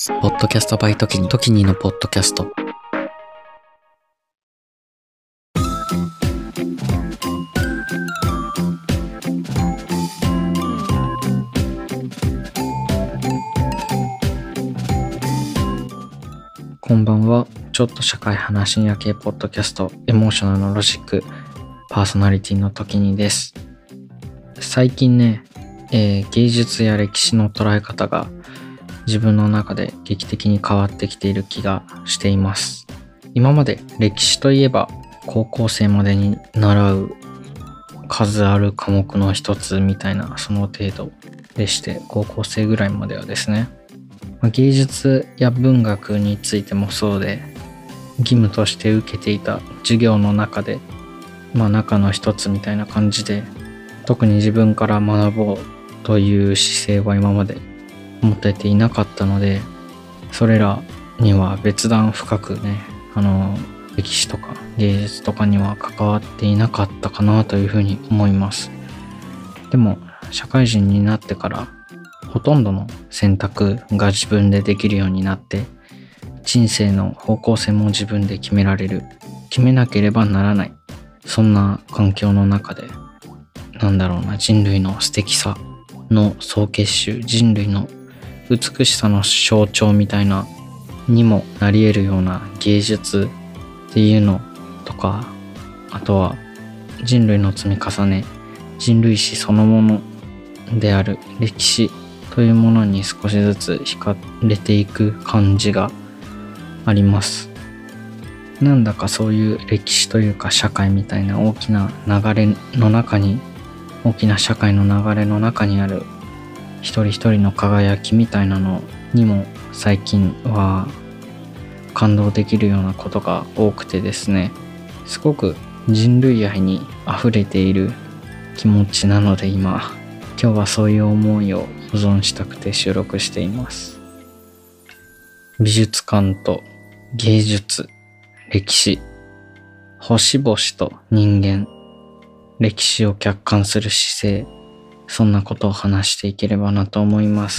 ポッドキャストバイトキニ、トキニのポッドキャスト。こんばんは。ちょっと社会話深夜系ポッドキャストエモーショナルのロジックパーソナリティのトキニです。最近ね、芸術や歴史の捉え方が自分の中で劇的に変わってきている気がしています。今まで歴史といえば高校生までに習う数ある科目の一つみたいなその程度でして、高校生ぐらいまではですね、芸術や文学についてもそうで、義務として受けていた授業の中で中の一つみたいな感じで、特に自分から学ぼうという姿勢は今まで持てていなかったので、それらには別段深くね、歴史とか芸術とかには関わっていなかったかなというふうに思います。でも社会人になってからほとんどの選択が自分でできるようになって、人生の方向性も自分で決められる、決めなければならない、そんな環境の中で人類の素敵さの総結集、人類の美しさの象徴みたいなにもなり得るような芸術っていうのとか、あとは人類の積み重ね、人類史そのものである歴史というものに少しずつ惹かれていく感じがあります。なんだかそういう歴史というか社会みたいな大きな流れの中に、大きな社会の流れの中にある一人一人の輝きみたいなのにも最近は感動できるようなことが多くてですね、すごく人類愛に溢れている気持ちなので、今日はそういう思いを保存したくて収録しています。美術館と芸術、歴史、星々と人間、歴史を客観する姿勢、そんなことを話していければなと思います。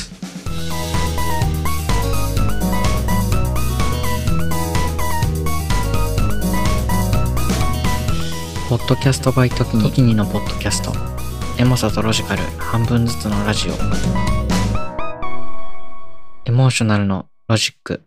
ポッドキャストバイトキニのポッドキャスト、エモさとロジカル半分ずつのラジオ、エモーショナルのロジック。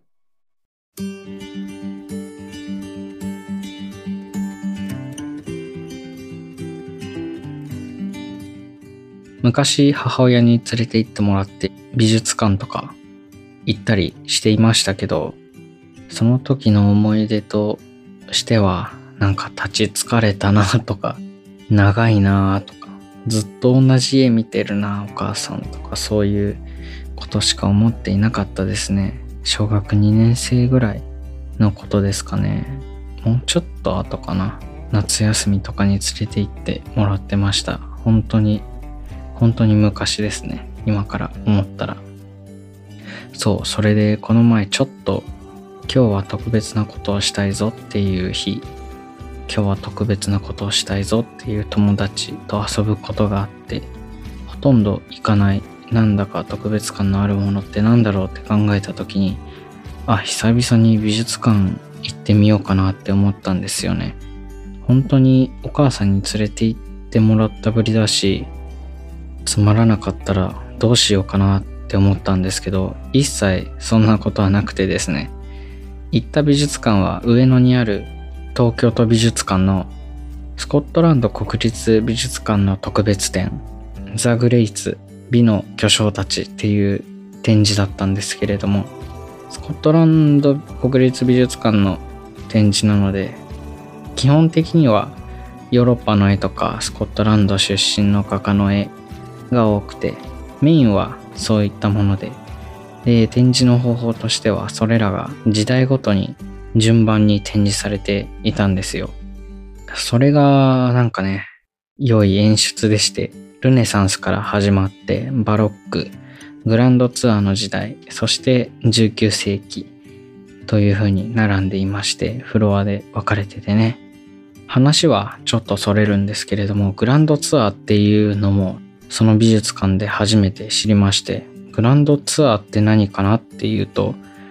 昔母親に連れて行ってもらって美術館とか行ったりしていましたけど、その時の思い出としては立ち疲れたなとか、長いなとか、ずっと同じ絵見てるなお母さんとか、そういうことしか思っていなかったですね。小学2年生ぐらいのことですかね。もうちょっと後かな。夏休みとかに連れて行ってもらってました。本当に昔ですね、今から思ったら。それでこの前ちょっと今日は特別なことをしたいぞっていう日、今日は特別なことをしたいぞっていう友達と遊ぶことがあって、ほとんど行かない、なんだか特別感のあるものってなんだろうって考えた時に、久々に美術館行ってみようかなって思ったんですよね。本当にお母さんに連れて行ってもらったぶりだし、つまらなかったらどうしようかなって思ったんですけど、一切そんなことはなくてですね、行った美術館は上野にある東京都美術館のスコットランド国立美術館の特別展、ザ・グレイツ、美の巨匠たちっていう展示だったんですけれども、スコットランド国立美術館の展示なので、基本的にはヨーロッパの絵とかスコットランド出身の画家の絵が多くて、メインはそういったもので、展示の方法としてはそれらが時代ごとに順番に展示されていたんですよ。それが良い演出でして、ルネサンスから始まってバロック、グランドツアーの時代、そして19世紀という風に並んでいまして、フロアで分かれててね、話はちょっとそれるんですけれども、グランドツアーっていうのもその美術館で初めて知りまして、グランドツアーって何かなっていうと、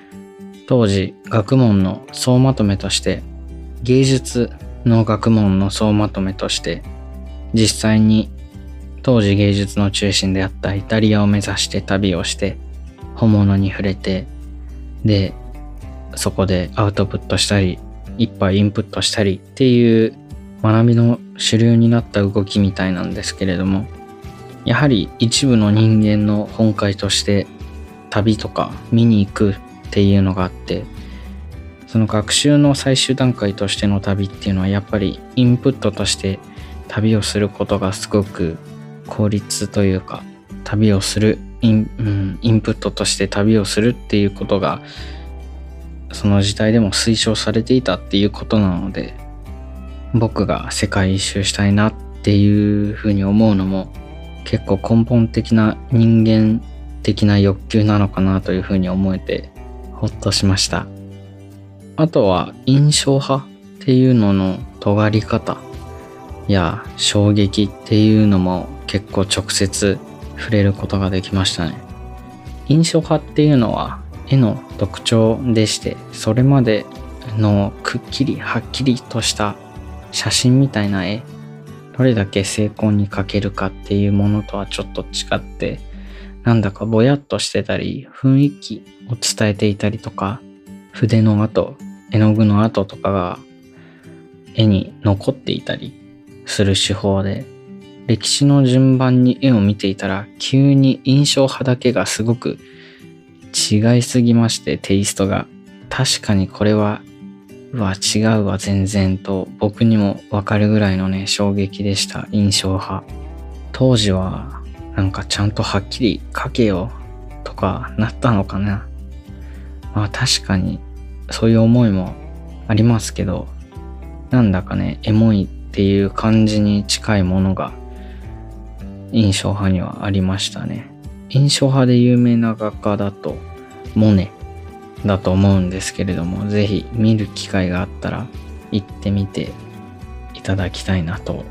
当時学問の総まとめとして、芸術の学問の総まとめとして実際に当時芸術の中心であったイタリアを目指して旅をして、本物に触れて、でそこでアウトプットしたりいっぱいインプットしたりっていう学びの主流になった動きみたいなんですけれども、やはり一部の人間の本懐として旅とか見に行くっていうのがあって、その学習の最終段階としての旅っていうのはやっぱりインプットとして旅をすることがすごく効率というか、旅をするインプットとして旅をするっていうことがその時代でも推奨されていたっていうことなので、僕が世界一周したいなっていうふうに思うのも結構根本的な人間的な欲求なのかなというふうに思えてほっとしました。あとは印象派っていうのの尖り方や衝撃っていうのも結構直接触れることができましたね。印象派っていうのは絵の特徴でして、それまでのくっきりはっきりとした写真みたいな絵、どれだけ精魂に描けるかっていうものとはちょっと違って、なんだかぼやっとしてたり、雰囲気を伝えていたりとか、筆の跡、絵の具の跡とかが絵に残っていたりする手法で、歴史の順番に絵を見ていたら急に印象派だけがすごく違いすぎまして、テイストが確かにこれは違うわ全然と僕にもわかるぐらいのね衝撃でした。印象派当時はなんかちゃんとはっきり描けよとかなったのかな。まあ確かにそういう思いもありますけど、なんだかねエモいっていう感じに近いものが印象派にはありましたね。印象派で有名な画家だとモネだと思うんですけれども、ぜひ見る機会があったら行ってみていただきたいなと。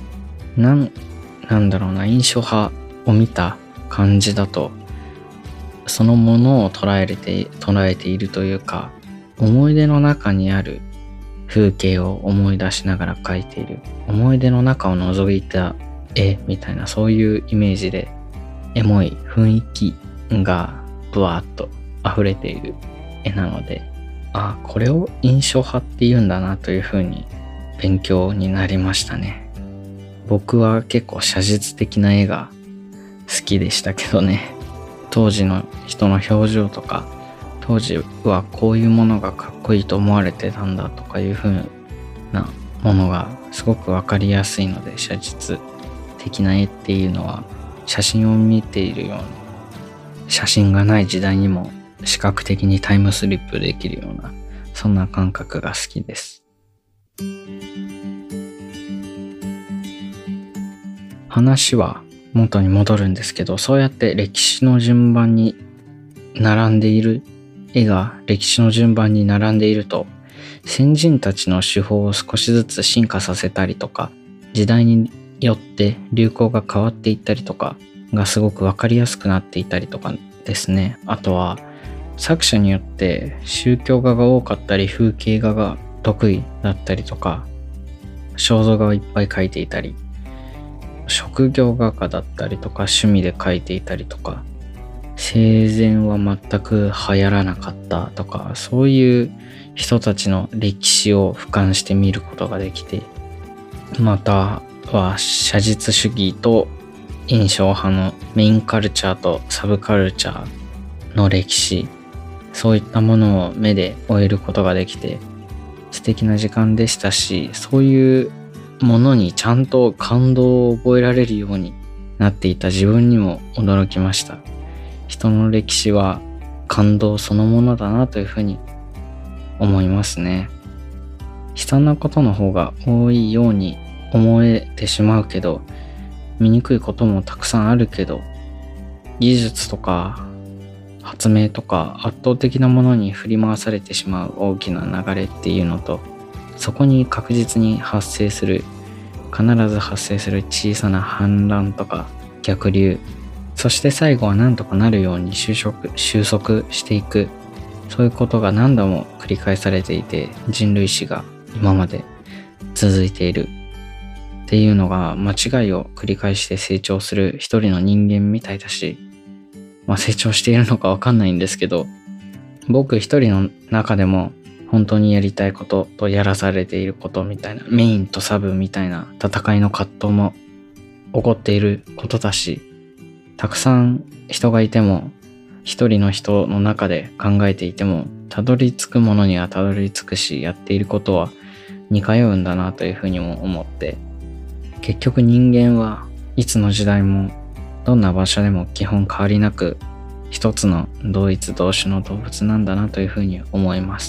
なんだろうな、印象派を見た感じだとそのものを捉えているというか、思い出の中にある風景を思い出しながら描いている、思い出の中を覗いた絵みたいな、そういうイメージでエモい雰囲気がブワーッと溢れている絵なので、これを印象派って言うんだなというふうに勉強になりましたね。僕は結構写実的な絵が好きでしたけどね。当時の人の表情とか、当時はこういうものがかっこいいと思われてたんだとかいうふうなものがすごくわかりやすいので、写実的な絵っていうのは写真を見ているように、写真がない時代にも視覚的にタイムスリップできるような、そんな感覚が好きです。話は元に戻るんですけど、そうやって歴史の順番に並んでいる絵が歴史の順番に並んでいると、先人たちの手法を少しずつ進化させたりとか、時代によって流行が変わっていったりとかがすごくわかりやすくなっていたりとかですね。あとは作者によって宗教画が多かったり、風景画が得意だったりとか、肖像画をいっぱい描いていたり、職業画家だったりとか、趣味で描いていたりとか、生前は全く流行らなかったとか、そういう人たちの歴史を俯瞰して見ることができて、または写実主義と印象派のメインカルチャーとサブカルチャーの歴史、そういったものを目で追えることができて素敵な時間でしたし、そういうものにちゃんと感動を覚えられるようになっていた自分にも驚きました。人の歴史は感動そのものだなというふうに思いますね。悲惨なことの方が多いように思えてしまうけど、醜いこともたくさんあるけど、技術とか発明とか圧倒的なものに振り回されてしまう大きな流れっていうのと、そこに確実に必ず発生する小さな反乱とか逆流、そして最後はなんとかなるように収束していくそういうことが何度も繰り返されていて、人類史が今まで続いているっていうのが、間違いを繰り返して成長する一人の人間みたいだし、成長しているのかわかんないんですけど、僕一人の中でも本当にやりたいこととやらされていることみたいな、メインとサブみたいな戦いの葛藤も起こっていることだし、たくさん人がいても、一人の人の中で考えていても、たどり着くものにはたどり着くし、やっていることは似通うんだなというふうにも思って、結局人間はいつの時代もどんな場所でも基本変わりなく一つの同一同種の動物なんだなというふうに思います。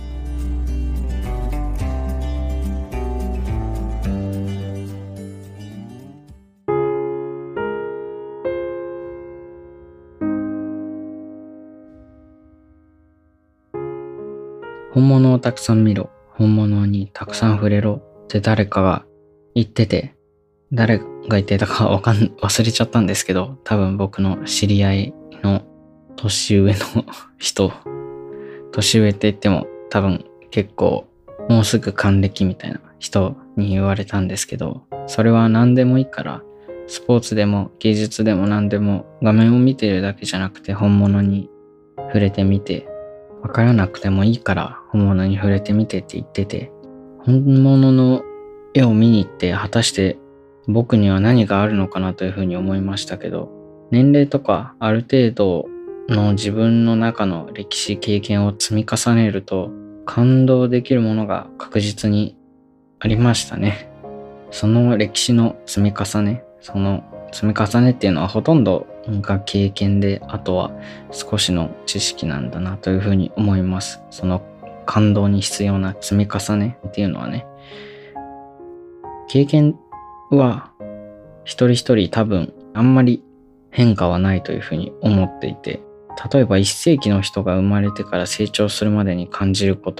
本物をたくさん見ろ、本物にたくさん触れろって誰かが言ってて、誰が言ってたか忘れちゃったんですけど、多分僕の知り合いの年上の人、年上って言っても多分結構もうすぐ還暦みたいな人に言われたんですけど、それは何でもいいから、スポーツでも芸術でも何でも画面を見ているだけじゃなくて本物に触れてみて、わからなくてもいいから本物に触れてみてって言ってて、本物の絵を見に行って果たして僕には何があるのかなというふうに思いましたけど、年齢とかある程度の自分の中の歴史経験を積み重ねると感動できるものが確実にありましたね。その歴史の積み重ね、っていうのはほとんどが経験で、あとは少しの知識なんだなというふうに思います。その感動に必要な積み重ねっていうのはね、経験は一人一人多分あんまり変化はないというふうに思っていて、例えば1世紀の人が生まれてから成長するまでに感じること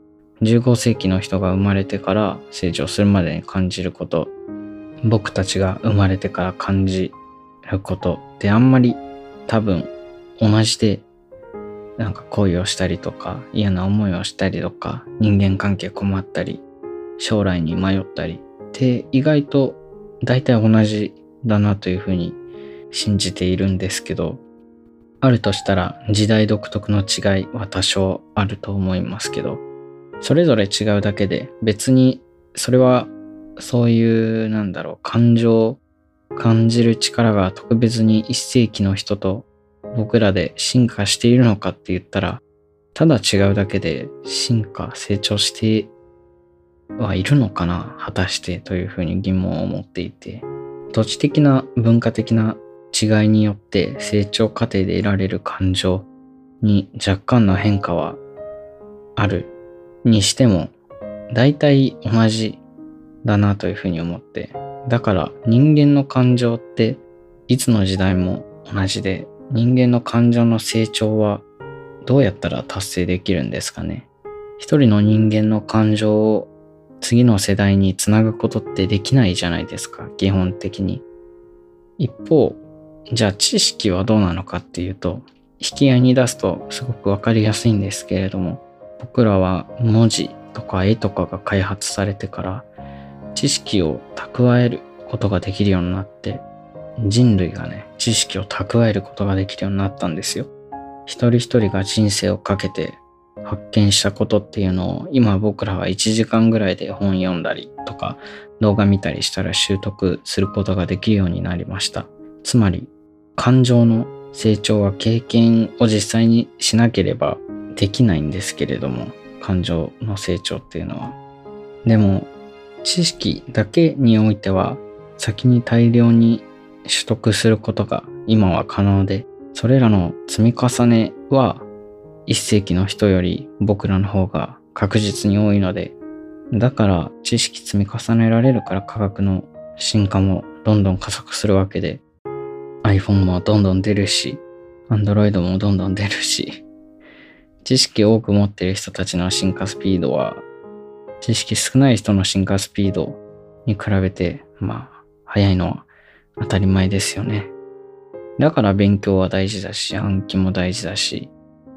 、15世紀の人が生まれてから成長するまでに感じること、僕たちが生まれてから感じることってあんまり多分同じで、なんか恋をしたりとか嫌な思いをしたりとか人間関係困ったり将来に迷ったりって意外と大体同じだなというふうに信じているんですけど、あるとしたら時代独特の違いは多少あると思いますけど、それぞれ違うだけで別にそれはそういう感情を感じる力が特別に1世紀の人と僕らで進化しているのかって言ったら、ただ違うだけで成長してはいるのかな果たしてというふうに疑問を持っていて、土地的な文化的な違いによって成長過程で得られる感情に若干の変化はあるにしても大体同じだなというふうに思って、だから人間の感情っていつの時代も同じで、人間の感情の成長はどうやったら達成できるんですかね。一人の人間の感情を次の世代につなぐことってできないじゃないですか、基本的に。一方、じゃあ知識はどうなのかっていうと、引き合いに出すとすごくわかりやすいんですけれども、僕らは文字とか絵とかが開発されてから知識を蓄えることができるようになって、人類がね、知識を蓄えることができるようになったんですよ。一人一人が人生をかけて発見したことっていうのを今僕らは1時間ぐらいで本読んだりとか動画見たりしたら習得することができるようになりました。つまり感情の成長は経験を実際にしなければできないんですけれども、感情の成長っていうのは。でも知識だけにおいては先に大量に取得することが今は可能で、それらの積み重ねは1世紀の人より僕らの方が確実に多いので、だから知識積み重ねられるから科学の進化もどんどん加速するわけで、 iPhone もどんどん出るし Android もどんどん出るし、知識を多く持っている人たちの進化スピードは知識少ない人の進化スピードに比べて早いのは当たり前ですよね。だから勉強は大事だし、暗記も大事だし、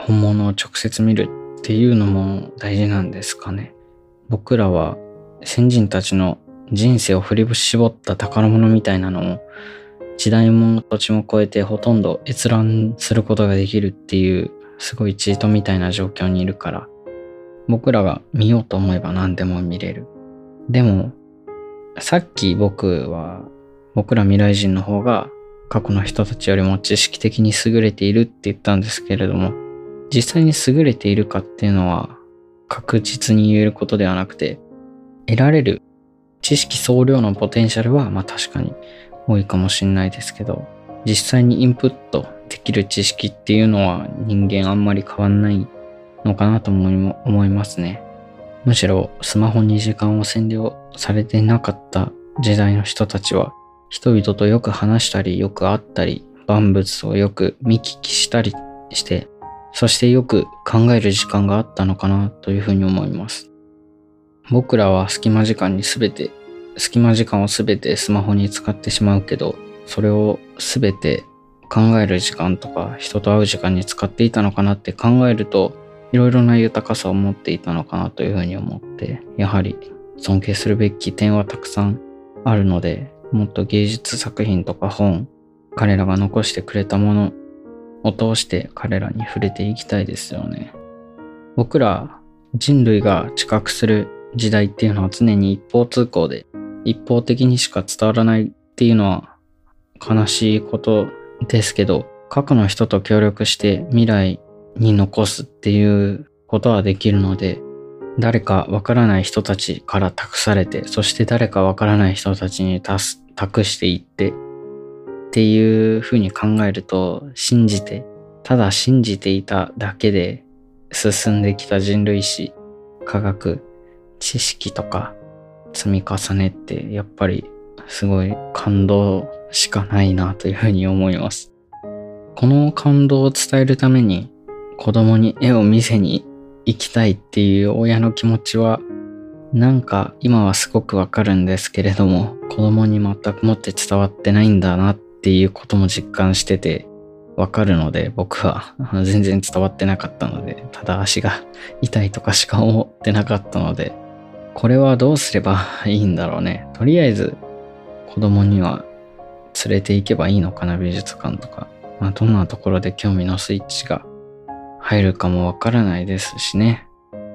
本物を直接見るっていうのも大事なんですかね。僕らは先人たちの人生を振り絞った宝物みたいなのを時代も土地も超えてほとんど閲覧することができるっていうすごいチートみたいな状況にいるから、僕らが見ようと思えば何でも見れる。でもさっき僕ら未来人の方が過去の人たちよりも知識的に優れているって言ったんですけれども、実際に優れているかっていうのは確実に言えることではなくて、得られる知識総量のポテンシャルは確かに多いかもしれないですけど、実際にインプットできる知識っていうのは人間あんまり変わんないのかなと思いますね。むしろスマホに時間を占領されていなかった時代の人たちは人々とよく話したり、よく会ったり、万物をよく見聞きしたりして、そしてよく考える時間があったのかなというふうに思います。僕らは隙間時間をすべてスマホに使ってしまうけど、それをすべて考える時間とか人と会う時間に使っていたのかなって考えると、いろいろな豊かさを持っていたのかなというふうに思って、やはり尊敬するべき点はたくさんあるので、もっと芸術作品とか本、彼らが残してくれたものを通して彼らに触れていきたいですよね。僕ら人類が知覚する時代っていうのは常に一方通行で、一方的にしか伝わらないっていうのは悲しいことですけど、過去の人と協力して未来に残すっていうことはできるので、誰かわからない人たちから託されて、そして誰かわからない人たちに託していってっていうふうに考えると、ただ信じていただけで進んできた人類史、科学、知識とか積み重ねってやっぱりすごい感動しかないなというふうに思います。この感動を伝えるために子供に絵を見せに行きたいっていう親の気持ちはなんか今はすごくわかるんですけれども、子供に全くもって伝わってないんだなっていうことも実感しててわかるので、僕は全然伝わってなかったので、ただ足が痛いとかしか思ってなかったので、これはどうすればいいんだろうね。とりあえず子供には連れて行けばいいのかな、美術館とか。どんなところで興味のスイッチが入るかもわからないですしね。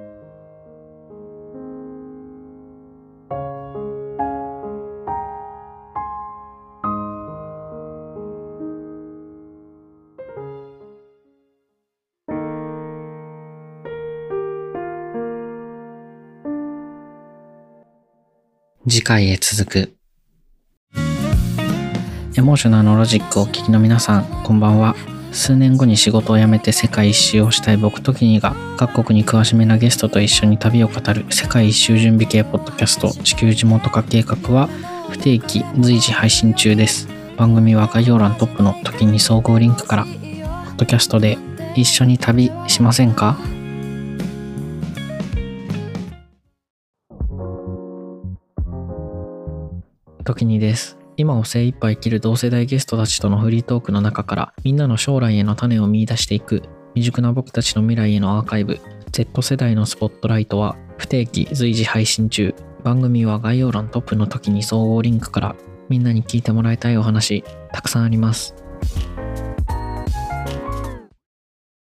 次回へ続く。エモーショナルのロジックをお聞きの皆さん、こんばんは。数年後に仕事を辞めて世界一周をしたい僕ときにが、各国に詳しめなゲストと一緒に旅を語る世界一周準備系ポッドキャスト、地球地元化計画は不定期随時配信中です。番組は概要欄トップの時に総合リンクから、ポッドキャストで一緒に旅しませんか？時にです。今を精一杯生きる同世代ゲストたちとのフリートークの中からみんなの将来への種を見出していく未熟な僕たちの未来へのアーカイブ Z 世代のスポットライトは不定期随時配信中。番組は概要欄トップの時に総合リンクからみんなに聞いてもらいたいお話たくさんあります。